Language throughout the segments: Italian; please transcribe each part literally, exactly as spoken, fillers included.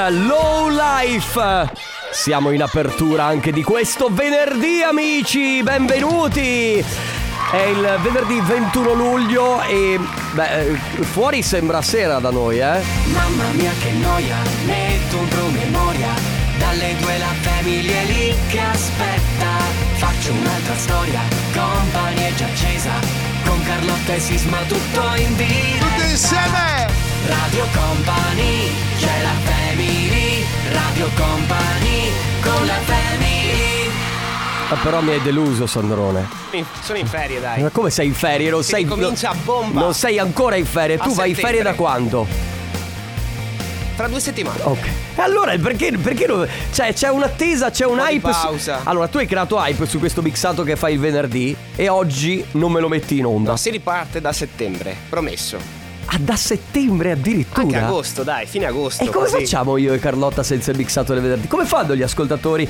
Low Life. Siamo in apertura anche di questo venerdì, amici, benvenuti. È il venerdì ventuno luglio e beh, fuori sembra sera da noi, eh. Mamma mia che noia, metto un promemoria. Dalle due la famiglia è lì che aspetta. Faccio un'altra storia, Company è già accesa. Con Carlotta e Sisma tutto in diretta. Tutti insieme! Radio Company, c'è la family. Radio Company, con la family. Ma però mi hai deluso, Sandrone. Sono in ferie, dai. Ma come sei in ferie? Non Si sei, comincia a bomba. Non sei ancora in ferie. A Tu vai in ferie settembre. da quando? Fra due settimane. Ok. E allora perché, perché non, cioè c'è un'attesa, c'è un, Un po' di hype su- pausa. Allora tu hai creato hype su questo mixato che fai il venerdì e oggi non me lo metti in onda. No, si riparte da settembre, promesso. Ah, da settembre addirittura? Anche agosto, dai, fine agosto. E come così. facciamo io e Carlotta senza il mixato del venerdì? Come fanno gli ascoltatori?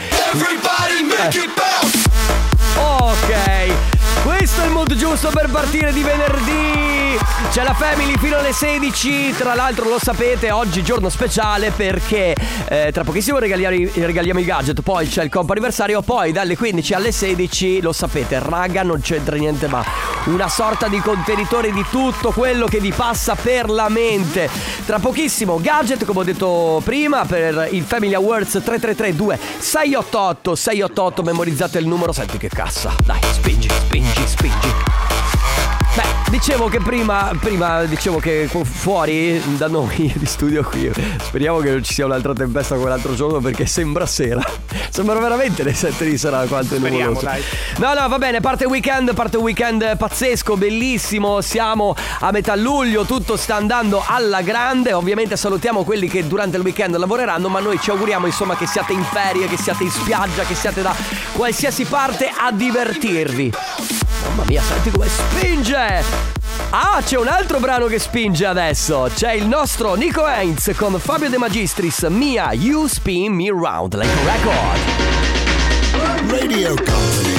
Eh. Ok, questo è il mood giusto per partire di venerdì. C'è la Family fino alle sedici. Tra l'altro lo sapete, oggi giorno speciale perché eh, tra pochissimo regaliamo, regaliamo i gadget. Poi c'è il compo anniversario. Poi dalle quindici alle sedici, lo sapete, raga, non c'entra niente ma una sorta di contenitore di tutto quello che vi passa per la mente. Tra pochissimo gadget, come ho detto prima, per il Family Awards. Tre tre tre due sei otto otto sei otto otto. Memorizzate il numero. Senti che cassa. Dai, spingi, spingi, spingi. Beh, dicevo che prima, prima dicevo che fu- fuori da noi di studio qui, speriamo che non ci sia un'altra tempesta come l'altro giorno perché sembra sera. Sembra veramente le sette di sera quanto è Speriamo, nuvoloso. dai. No, no, va bene, parte il weekend, parte un weekend pazzesco, bellissimo. Siamo a metà luglio, tutto sta andando alla grande. Ovviamente salutiamo quelli che durante il weekend lavoreranno, ma noi ci auguriamo insomma che siate in ferie, che siate in spiaggia, che siate da qualsiasi parte a divertirvi. Mamma mia, senti come spinge! Ah, c'è un altro brano che spinge adesso. C'è il nostro Nico Heinz con Fabio De Magistris. Mia, You Spin Me Round Like a Record. Radio Company.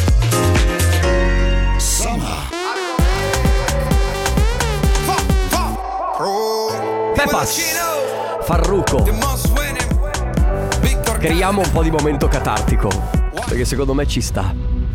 Summer. Pepas, Farruko. Creiamo un po' di momento catartico, perché secondo me ci sta.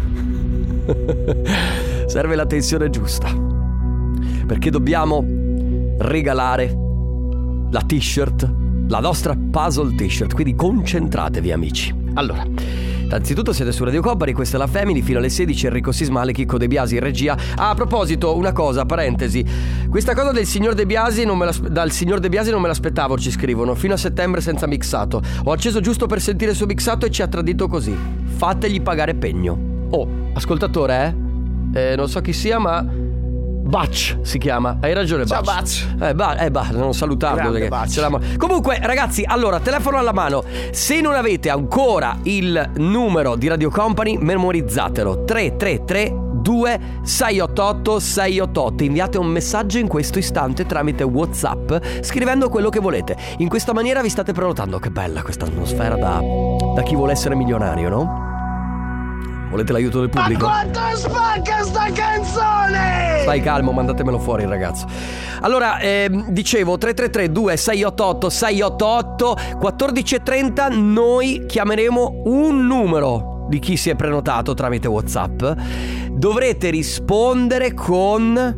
Serve la tensione giusta, perché dobbiamo regalare la t-shirt, la nostra puzzle t-shirt. Quindi concentratevi, amici. Allora, innanzitutto siete su Radio Company, questa è la Family fino alle sedici. Enrico Sismale, Chicco De Biasi in regia. Ah, a proposito, una cosa, parentesi, questa cosa del signor De Biasi non me la, dal signor De Biasi non me l'aspettavo, ci scrivono. Fino a settembre senza mixato. Ho acceso giusto per sentire il suo mixato e ci ha tradito così. Fategli pagare pegno. Oh, ascoltatore, eh? eh non so chi sia, ma Butch si chiama. Hai ragione, Butch. Ciao, Butch. Eh, ba- eh, bah, non salutarlo Grande perché Butch. ce l'amo- Comunque, ragazzi, allora, telefono alla mano. Se non avete ancora il numero di Radio Company, memorizzatelo. tre tre tre due sei otto otto sei otto otto. Inviate un messaggio in questo istante tramite WhatsApp, scrivendo quello che volete. In questa maniera vi state prenotando. Che bella questa atmosfera da, da chi vuole essere milionario, no? Volete l'aiuto del pubblico? Ma quanto spacca sta canzone! Stai calmo, mandatemelo fuori, ragazzo. Allora, ehm, dicevo tre tre tre due sei otto otto sei otto otto. quattordici e trenta noi chiameremo un numero di chi si è prenotato tramite WhatsApp. Dovrete rispondere con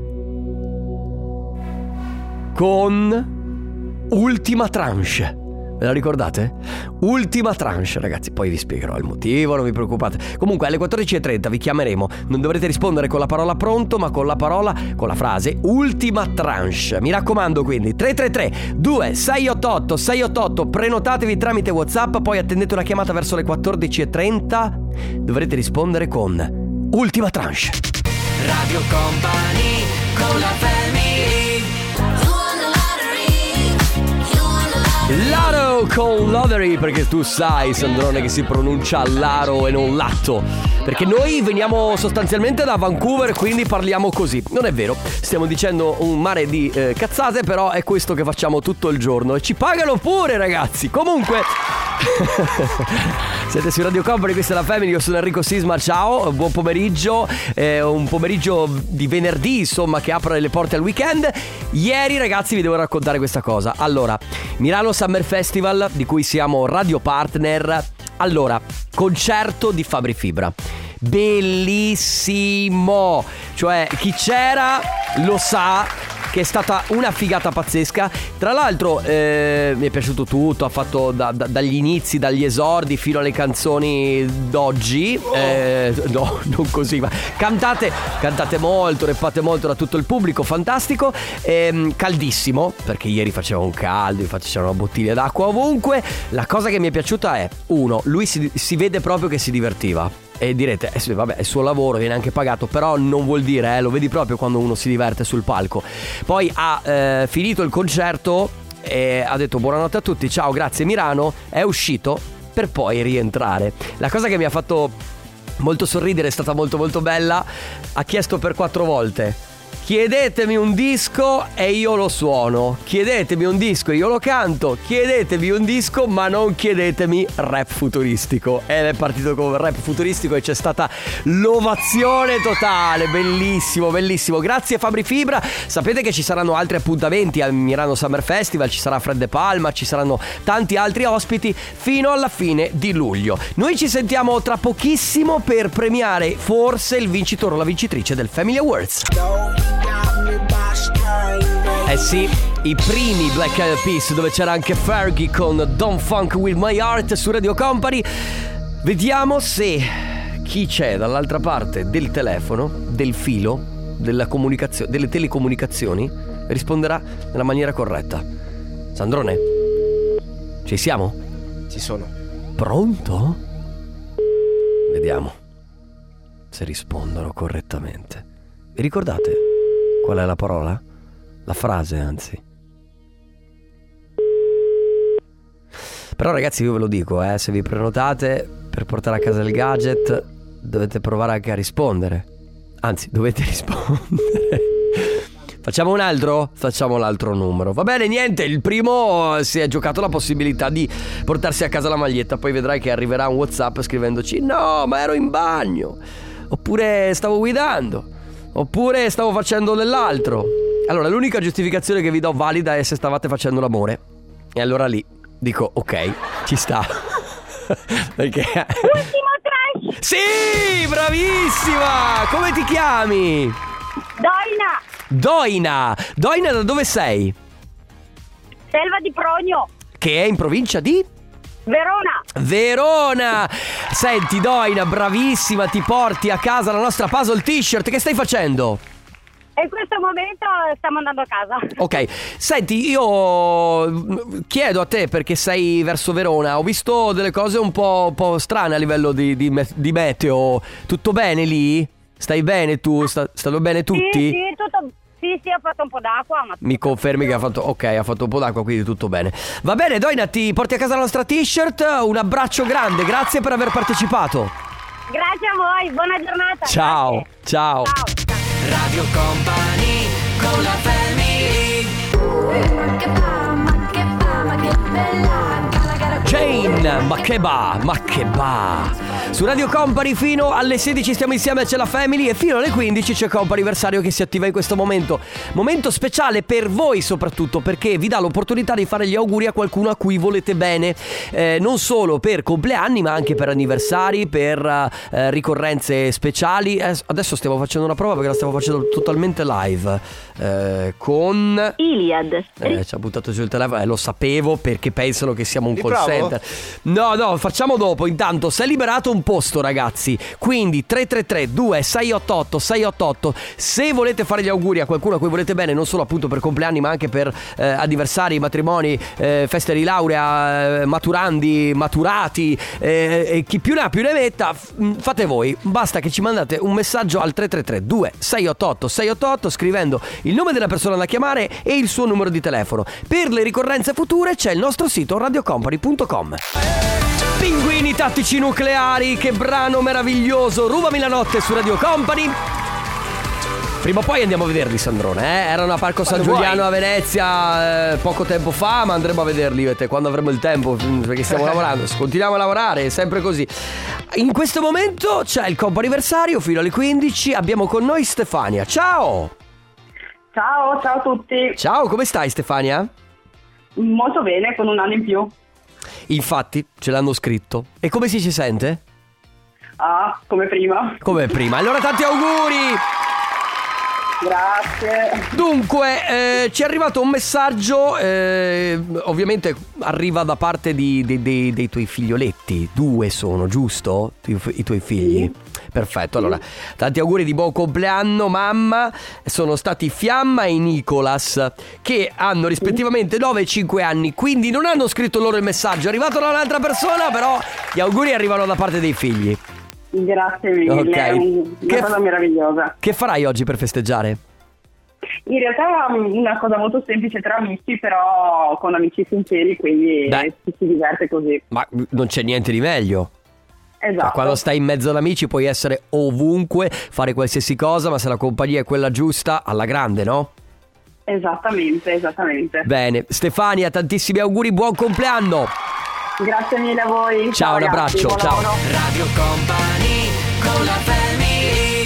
con ultima tranche. Ve la ricordate? Ultima tranche, ragazzi. Poi vi spiegherò il motivo, non vi preoccupate. Comunque alle quattordici e trenta vi chiameremo. Non dovrete rispondere con la parola pronto, ma con la parola, con la frase ultima tranche. Mi raccomando, quindi tre tre tre due sei otto otto sei otto otto. Prenotatevi tramite WhatsApp. Poi attendete una chiamata verso le quattordici e trenta. Dovrete rispondere con ultima tranche. Radio Company, con la family. Laro con Lottery, perché tu sai, Sandrone, che si pronuncia Laro e non Latto, perché noi veniamo sostanzialmente da Vancouver, quindi parliamo così. Non è vero, stiamo dicendo un mare di eh, cazzate, però è questo che facciamo tutto il giorno e ci pagano pure, ragazzi. Comunque Siete su Radio Company, questa è la Family, io sono Enrico Sisma, ciao, buon pomeriggio, eh, un pomeriggio di venerdì insomma che apre le porte al weekend. Ieri ragazzi vi devo raccontare questa cosa. Allora, Milano Summer Festival di cui siamo radio partner. Allora, concerto di Fabri Fibra, bellissimo, cioè chi c'era lo sa che è stata una figata pazzesca. Tra l'altro eh, mi è piaciuto tutto, ha fatto da, da, dagli inizi, dagli esordi fino alle canzoni d'oggi. eh, No, non così, ma cantate, cantate molto, reppate molto da tutto il pubblico, fantastico. eh, Caldissimo, perché ieri faceva un caldo, infatti c'era una bottiglia d'acqua ovunque. La cosa che mi è piaciuta è, uno, lui si, si vede proprio che si divertiva. E direte, eh sì, vabbè, è il suo lavoro, viene anche pagato, però non vuol dire, eh, lo vedi proprio quando uno si diverte sul palco. Poi ha eh, finito il concerto e ha detto buonanotte a tutti, ciao, grazie Milano, è uscito per poi rientrare. La cosa che mi ha fatto molto sorridere, è stata molto molto bella, ha chiesto per quattro volte: chiedetemi un disco e io lo suono, chiedetemi un disco e io lo canto, chiedetemi un disco ma non chiedetemi rap futuristico. Ed è partito con rap futuristico e c'è stata l'ovazione totale, bellissimo, bellissimo. Grazie Fabri Fibra. Sapete che ci saranno altri appuntamenti al Milano Summer Festival, ci sarà Fred De Palma, ci saranno tanti altri ospiti fino alla fine di luglio. Noi ci sentiamo tra pochissimo per premiare forse il vincitore o la vincitrice del Family Awards. Eh sì, i primi Black Eyed Peas, dove c'era anche Fergie con Don't Funk With My Heart su Radio Company. Vediamo se chi c'è dall'altra parte del telefono, del filo, della comunicazione, delle telecomunicazioni, risponderà nella maniera corretta. Sandrone, ci siamo? Ci sono. Pronto? Vediamo se rispondono correttamente. Vi ricordate qual è la parola? La frase, anzi. Però ragazzi, io ve lo dico, eh, se vi prenotate per portare a casa il gadget, dovete provare anche a rispondere. Anzi, dovete rispondere. Facciamo un altro? Facciamo l'altro numero. Va bene, niente, il primo si è giocato la possibilità di portarsi a casa la maglietta. Poi vedrai che arriverà un WhatsApp scrivendoci: no, ma ero in bagno, oppure stavo guidando, oppure stavo facendo dell'altro. Allora, l'unica giustificazione che vi do valida è se stavate facendo l'amore. E allora lì dico, ok, ci sta. Perché... Ultimo trash! Sì, bravissima! Come ti chiami? Doina! Doina! Doina, da dove sei? Selva di Progno, Che è in provincia di... Verona. Verona! Senti Doina, bravissima, ti porti a casa la nostra puzzle t-shirt. Che stai facendo? E in questo momento stiamo andando a casa. Ok, senti, io chiedo a te, perché sei verso Verona, ho visto delle cose un po', un po' strane a livello di, di, di meteo. Tutto bene lì? Stai bene tu? Sta, stanno bene tutti? Sì, sì, tutto. Sì, sì, ha fatto un po' d'acqua, ma... Mi confermi che ha fatto... Ok, ha fatto un po' d'acqua, quindi tutto bene. Va bene, Doina, ti porti a casa la nostra t-shirt. Un abbraccio grande, grazie per aver partecipato. Grazie a voi, buona giornata. Ciao, grazie. ciao. Ciao. Radio Company con la Family. Jane, ma che ba, ma che ba. Su Radio Company fino alle sedici stiamo insieme, c'è la Family, e fino alle quindici c'è Comp'anniversario che si attiva in questo momento. Momento speciale per voi soprattutto, perché vi dà l'opportunità di fare gli auguri a qualcuno a cui volete bene, eh, non solo per compleanni ma anche per anniversari, per eh, ricorrenze speciali. eh, Adesso stiamo facendo una prova perché la stiamo facendo totalmente live, eh, con Iliad. eh, ci ha buttato giù il telefono, eh, lo sapevo, perché pensano che siamo un call Riprovo? center. No, no, facciamo dopo. Intanto si è liberato un posto, ragazzi, quindi tre tre tre due sei otto otto sei otto otto. Se volete fare gli auguri a qualcuno a cui volete bene, non solo appunto per compleanni ma anche per eh, anniversari, matrimoni, eh, feste di laurea, eh, maturandi, maturati, eh, e chi più ne ha più ne metta, f- fate voi. Basta che ci mandate un messaggio al tre tre tre due sei otto otto sei otto otto scrivendo il nome della persona da chiamare e il suo numero di telefono. Per le ricorrenze future c'è il nostro sito radio company punto com. Pinguini tattici nucleari, che brano meraviglioso. Rubami la notte su Radio Company. Prima o poi andiamo a vederli, Sandrone, eh? Erano a Parco San Quando Giuliano vuoi. a Venezia eh, poco tempo fa, ma andremo a vederli io e te quando avremo il tempo, perché stiamo lavorando, continuiamo a lavorare, è sempre così. In questo momento c'è il compo anniversario fino alle quindici, abbiamo con noi Stefania. Ciao! Ciao, ciao a tutti. Ciao, come stai Stefania? Molto bene, con un anno in più. Infatti, ce l'hanno scritto. E come si ci sente? Ah, come prima. Come prima. Allora tanti auguri! Grazie. Dunque, eh, ci è arrivato un messaggio, eh, ovviamente arriva da parte di, di- di- dei tuoi figlioletti. Due sono, giusto? I, i tuoi figli? Perfetto, allora, tanti auguri di buon compleanno mamma. Sono stati Fiamma e Nicolas, che hanno rispettivamente nove e cinque anni, quindi non hanno scritto loro il messaggio. È arrivato da un'altra persona, però gli auguri arrivano da parte dei figli. Grazie mille, Ok. è un- una Che- cosa meravigliosa. Che farai oggi per festeggiare? In realtà è una cosa molto semplice tra amici, però con amici sinceri, quindi Beh. ci si diverte così. Ma non c'è niente di meglio. Esatto. Cioè, quando stai in mezzo ad amici puoi essere ovunque, fare qualsiasi cosa, ma se la compagnia è quella giusta, alla grande, no? Esattamente, esattamente. Bene, Stefania, tantissimi auguri, buon compleanno! Grazie mille a voi. Ciao, un ragazzi, abbraccio, buon ciao. lavoro. Radio Company con la family.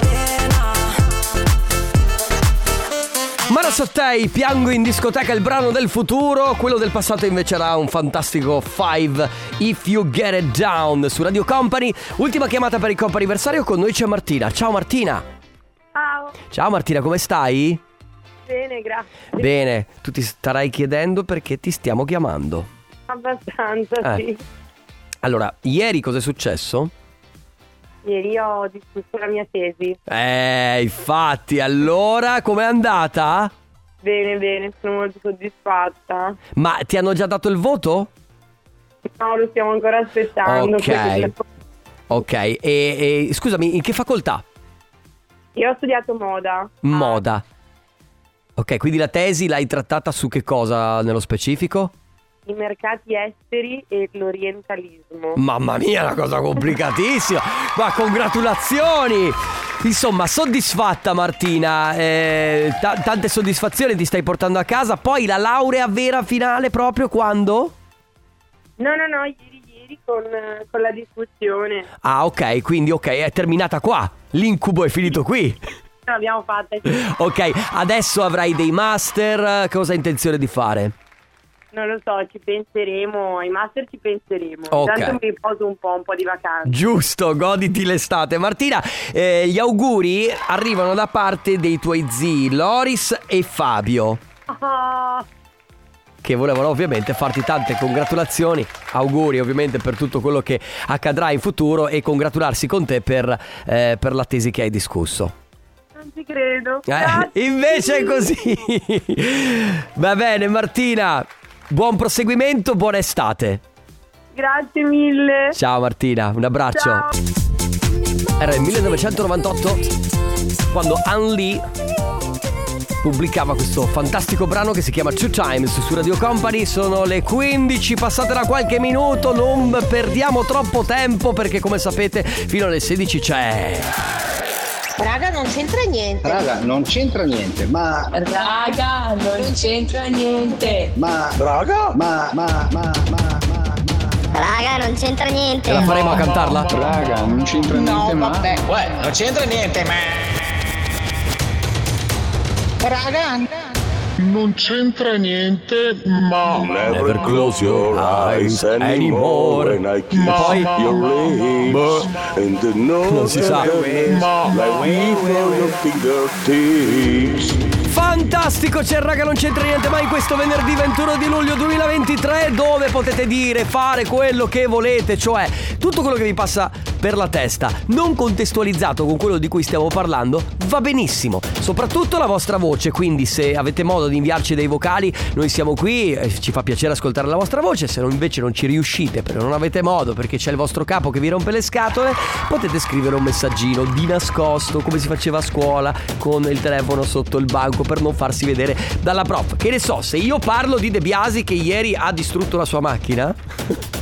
Mara Sattei, Piango in discoteca, il brano del futuro. Quello del passato invece era un fantastico Five, If You Get It Down, su Radio Company. Ultima chiamata per il compo anniversario, con noi c'è Martina. Ciao Martina. Ciao. Ciao Martina, come stai? Bene, grazie. Bene, tu ti starai chiedendo perché ti stiamo chiamando. Abbastanza, Eh. sì. Allora, ieri cosa è successo? Ieri ho discusso la mia tesi. Eh, infatti, allora com'è andata? Bene, bene, sono molto soddisfatta. Ma ti hanno già dato il voto? No, lo stiamo ancora aspettando. Ok. perché- Ok, e, e scusami, in che facoltà? Io ho studiato moda. Moda. Ok, quindi la tesi l'hai trattata su che cosa nello specifico? I mercati esteri e l'orientalismo. Mamma mia, una cosa complicatissima. Ma congratulazioni! Insomma, soddisfatta Martina, eh, ta- tante soddisfazioni ti stai portando a casa. Poi la laurea vera finale proprio quando? No, no, no, ieri, ieri con, con la discussione. Ah, ok, quindi ok, è terminata qua. L'incubo è finito qui. L'abbiamo fatta. Sì. Ok, adesso avrai dei master. Cosa hai intenzione di fare? Non lo so, ci penseremo. Ai master ci penseremo. Ok. Intanto mi riposo un po', un po' di vacanze. Giusto, goditi l'estate. Martina, eh, gli auguri arrivano da parte dei tuoi zii Loris e Fabio, Ah, che volevano ovviamente farti tante congratulazioni. Auguri ovviamente per tutto quello che accadrà in futuro e congratularsi con te per, eh, per la tesi che hai discusso. non ci credo. Eh, Grazie. invece è così. Va bene Martina, buon proseguimento, buona estate. Grazie mille. Ciao Martina, un abbraccio. Ciao. Era il millenovecentonovantotto quando Ann Lee pubblicava questo fantastico brano che si chiama Two Times su Radio Company. Sono le quindici passate da qualche minuto, non perdiamo troppo tempo perché come sapete fino alle sedici c'è... Raga, non c'entra niente. Raga, non c'entra niente, ma. Raga, non c'entra niente. Ma. Raga? Ma, ma, ma, ma, ma, ma. Raga, non c'entra niente. Ce la faremo a cantarla? Raga, non c'entra niente, ma. Uè, non c'entra niente, ma. Raga, Non c'entra niente, ma. Never close your eyes anymore, and I kiss Poi- your lips, and the Non si sa. Ma. like we feel your fingertips. Fantastico, c'è il Raga non c'entra niente mai questo venerdì ventuno di luglio duemilaventitré, dove potete dire, fare quello che volete, cioè tutto quello che vi passa per la testa, non contestualizzato con quello di cui stiamo parlando, va benissimo, soprattutto la vostra voce. Quindi se avete modo di inviarci dei vocali, noi siamo qui, eh, ci fa piacere ascoltare la vostra voce. Se non, invece non ci riuscite perché non avete modo, perché c'è il vostro capo che vi rompe le scatole, potete scrivere un messaggino di nascosto, come si faceva a scuola, con il telefono sotto il banco per non farsi vedere dalla prof. Che ne so, se io parlo di De Biasi che ieri ha distrutto la sua macchina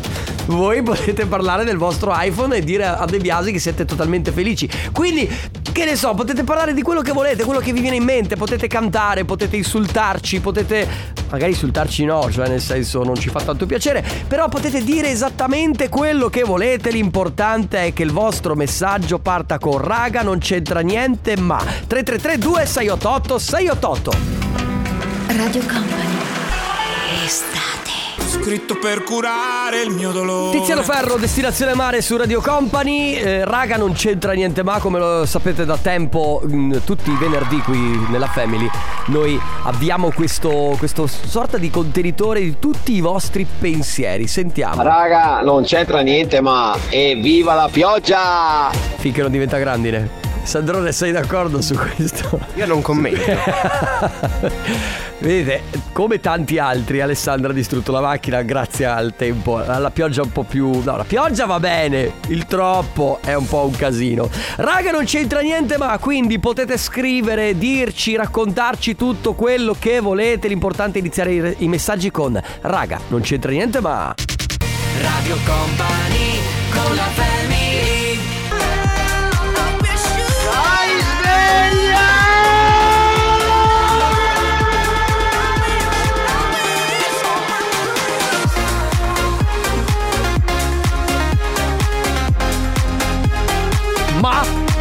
voi potete parlare del vostro iPhone e dire a De Biasi che siete totalmente felici. Quindi, che ne so, potete parlare di quello che volete, quello che vi viene in mente, potete cantare, potete insultarci, potete magari insultarci no, cioè nel senso non ci fa tanto piacere, però potete dire esattamente quello che volete. L'importante è che il vostro messaggio parta con raga non c'entra niente ma. Tre tre tre due sei otto otto sei otto otto. Radio Company. Estate. Scritto per curare il mio dolore. Tiziano Ferro, Destinazione Mare su Radio Company. eh, Raga non c'entra niente ma, come lo sapete da tempo, mh, tutti i venerdì qui nella Family noi abbiamo questo, questo sorta di contenitore di tutti i vostri pensieri. Sentiamo. Raga non c'entra niente ma. Evviva la pioggia! Finché non diventa grandine. Sandrone, sei d'accordo su questo? Io non commento. Vedete, come tanti altri, Alessandra ha distrutto la macchina grazie al tempo, alla pioggia un po' più... No, la pioggia va bene, il troppo è un po' un casino. Raga, non c'entra niente ma, quindi potete scrivere, dirci, raccontarci tutto quello che volete. L'importante è iniziare i, i messaggi con raga, non c'entra niente ma. Radio Company con la Family. Ma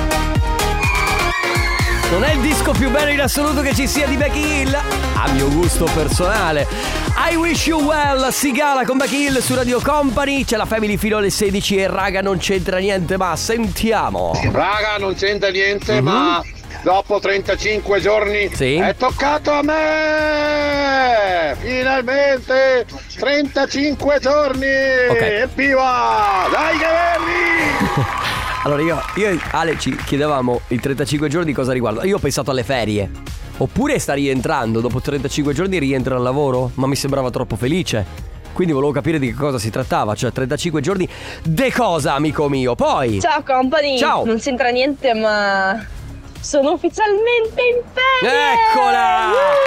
non è il disco più bello in assoluto che ci sia di Becky Hill, a mio gusto personale. I Wish You Well, Sigala con Becky Hill su Radio Company. C'è la Family fino alle sedici e raga non c'entra niente ma. Sentiamo. Raga non c'entra niente mm-hmm. ma dopo trentacinque giorni sì. È toccato a me. Finalmente trentacinque giorni. Okay. Evviva. Dai che belli. Allora io, io e Ale ci chiedevamo i trentacinque giorni cosa riguarda. Io ho pensato alle ferie. Oppure sta rientrando, dopo trentacinque giorni rientra al lavoro. Ma mi sembrava troppo felice. Quindi volevo capire di che cosa si trattava. Cioè trentacinque giorni de cosa, amico mio. Poi ciao company. Ciao. Non c'entra niente ma sono ufficialmente in ferie. Eccola.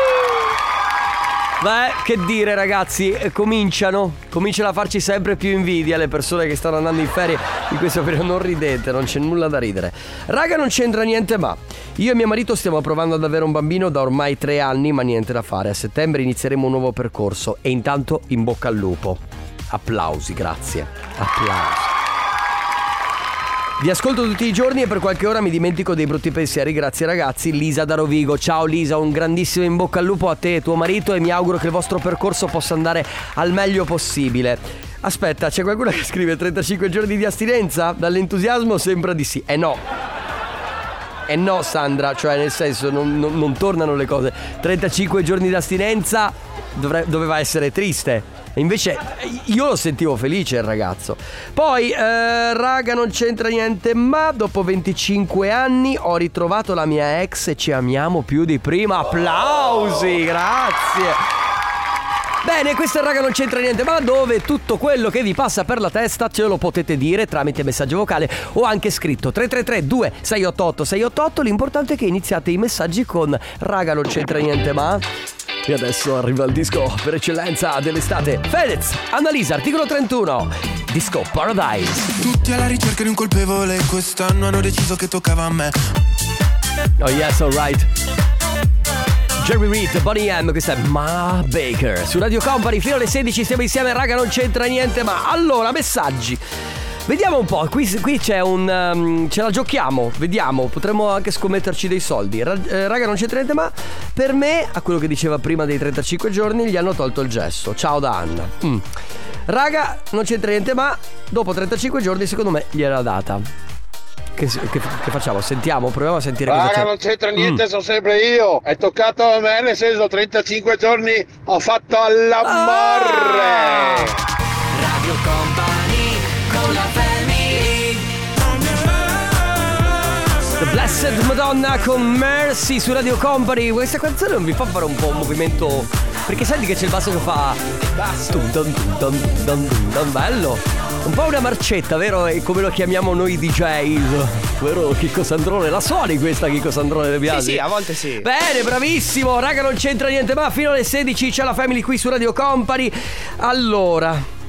Beh, che dire ragazzi, eh, cominciano Cominciano a farci sempre più invidia le persone che stanno andando in ferie in questo periodo. Non ridete, non c'è nulla da ridere. Raga non c'entra niente ma. Io e mio marito stiamo provando ad avere un bambino da ormai tre anni ma niente da fare. A settembre inizieremo un nuovo percorso e intanto in bocca al lupo. Applausi, grazie. Applausi. Vi ascolto tutti i giorni e per qualche ora mi dimentico dei brutti pensieri. Grazie ragazzi. Lisa da Rovigo. Ciao Lisa, un grandissimo in bocca al lupo a te e tuo marito e mi auguro che il vostro percorso possa andare al meglio possibile. Aspetta, c'è qualcuno che scrive trentacinque giorni di astinenza? Dall'entusiasmo sembra di sì. Eh no. Eh no Sandra, cioè nel senso non, non, non tornano le cose. trentacinque giorni di astinenza dovre- doveva essere triste. E invece io lo sentivo felice il ragazzo. Poi eh, raga non c'entra niente ma dopo venticinque anni ho ritrovato la mia ex e ci amiamo più di prima. Applausi, grazie. Bene, questo è raga non c'entra niente ma, dove tutto quello che vi passa per la testa ce lo potete dire tramite messaggio vocale o anche scritto. Tre tre tre due sei otto otto sei otto otto. L'importante è che iniziate i messaggi con raga non c'entra niente ma. E adesso arriva il disco per eccellenza dell'estate. Fedez, Annalisa, articolo trentuno, Disco Paradise. Tutti alla ricerca di un colpevole, quest'anno hanno deciso che toccava a me. Oh yes, alright. Jerry Reed, Bonnie M, questa è Ma Baker. Su Radio Company, fino alle sedici siamo insieme, raga non c'entra niente ma. Allora, messaggi. Vediamo un po', qui, qui c'è un... Um, ce la giochiamo, vediamo, potremmo anche scommetterci dei soldi. Ra- eh, Raga non c'entra niente ma per me, a quello che diceva prima dei trentacinque giorni, gli hanno tolto il gesso. Ciao da Anna. mm. Raga non c'entra niente ma dopo trentacinque giorni secondo me gliel'ha data. Che, che, che facciamo? Sentiamo, proviamo a sentire. Raga, cosa c'è. non c'entra niente, mm. sono sempre io. È toccato a me, nel senso trentacinque giorni ho fatto all'amore. Ah! Radio Company con la Family. The Blessed Madonna con Mercy su Radio Company. Questa canzone non vi fa fare un po' un movimento? Perché senti che c'è il basso che fa dun dun dun dun dun dun, bello. Un po' una marcetta, vero? È come lo chiamiamo noi D J, vero Chicco Sandrone? La suoni questa Chicco Sandrone De Biasi? Sì, sì, a volte sì. Bene, bravissimo. Raga non c'entra niente ma fino alle sedici c'è la Family qui su Radio Company. Allora,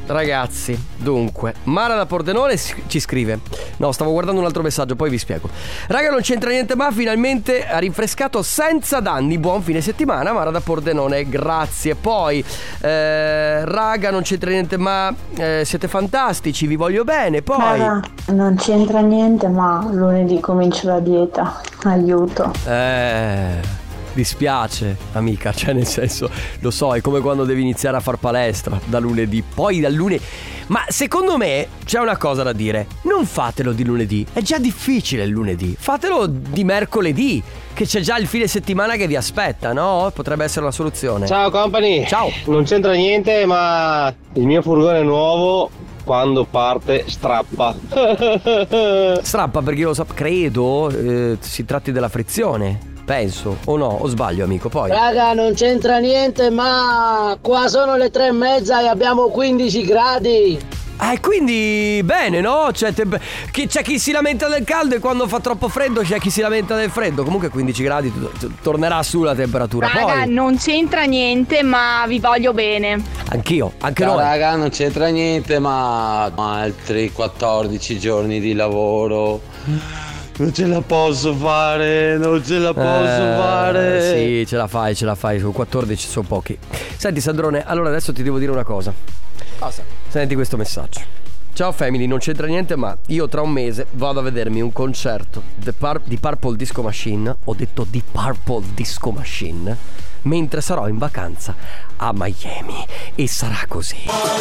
ragazzi, dunque Mara da Pordenone ci scrive: no, stavo guardando un altro messaggio, poi vi spiego. Raga, non c'entra niente, ma finalmente ha rinfrescato senza danni. Buon fine settimana, Mara da Pordenone, grazie. Poi eh, raga, non c'entra niente, ma eh, siete fantastici, vi voglio bene. Poi Raga, non c'entra niente, ma lunedì comincio la dieta, aiuto. Eh dispiace, amica, cioè nel senso, lo so, è come quando devi iniziare a far palestra da lunedì, poi dal lunedì. Ma secondo me c'è una cosa da dire: non fatelo di lunedì, è già difficile il lunedì, fatelo di mercoledì, che c'è già il fine settimana che vi aspetta, no? Potrebbe essere una soluzione. Ciao company. Ciao. Non c'entra niente, ma il mio furgone nuovo quando parte strappa. Strappa perché io lo so, credo eh, si tratti della frizione. Penso, o no, o sbaglio amico, poi. Raga, non c'entra niente, ma qua sono le tre e mezza e abbiamo quindici gradi. Eh, quindi bene, no? C'è, te- chi, c'è chi si lamenta del caldo e quando fa troppo freddo c'è chi si lamenta del freddo. Comunque quindici gradi t- t- tornerà su la temperatura. Raga, poi non c'entra niente, ma vi voglio bene. Anch'io, anche Ciao, noi. raga, non c'entra niente, ma altri quattordici giorni di lavoro. Non ce la posso fare, non ce la posso eh, fare. Sì, ce la fai, ce la fai. Su quattordici sono pochi. Senti Sandrone, allora adesso ti devo dire una cosa. Cosa? Senti questo messaggio. Ciao family, non c'entra niente, ma io tra un mese vado a vedermi un concerto di, Par- di Purple Disco Machine. Ho detto di Purple Disco Machine, mentre sarò in vacanza a Miami. E sarà così.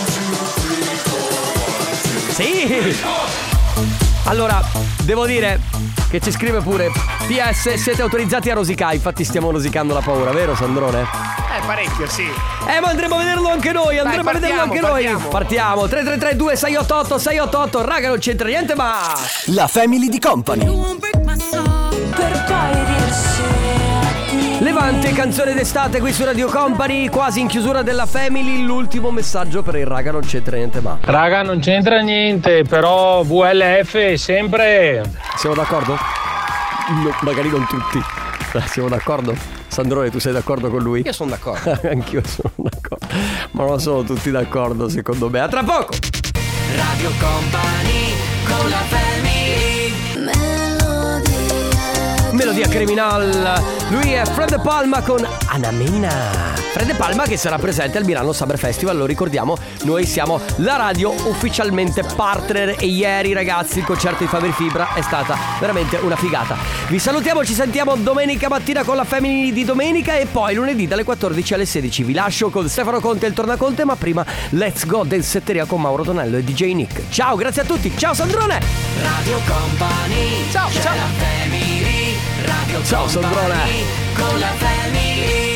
Sì! Allora, devo dire che ci scrive pure: P S, siete autorizzati a rosicare. Infatti stiamo rosicando la paura, vero Sandrone? Eh, parecchio, sì. Eh, ma andremo a vederlo anche noi, andremo Dai, a vederlo anche partiamo, noi. Partiamo. tre tre tre due sei otto otto sei otto otto. Raga, non c'entra niente, ma la family di Company. Levante, canzone d'estate qui su Radio Company, quasi in chiusura della family. L'ultimo messaggio per il raga, non c'entra niente, ma raga, non c'entra niente, però V L F sempre. Siamo d'accordo? No, magari non tutti. Siamo d'accordo? Sandrone, tu sei d'accordo con lui? Io sono d'accordo. Anch'io sono d'accordo. Ma non sono tutti d'accordo, secondo me. A tra poco. Radio Company con la family. Melodia Criminal. Lui è Fred De Palma con Anamena. Fred De Palma che sarà presente al Milano Summer Festival. Lo ricordiamo, noi siamo la radio ufficialmente partner. E ieri ragazzi il concerto di Fabri Fibra è stata veramente una figata. Vi salutiamo, ci sentiamo domenica mattina con la family di domenica. E poi lunedì dalle quattordici alle sedici. Vi lascio con Stefano Conte e il Tornaconte. Ma prima Let's Go del Setteria con Mauro Tonello e D J Nick. Ciao, grazie a tutti. Ciao Sandrone. Radio Company. Ciao, c'è ciao. la family. Radio Ciao Company Sandrone. con la family.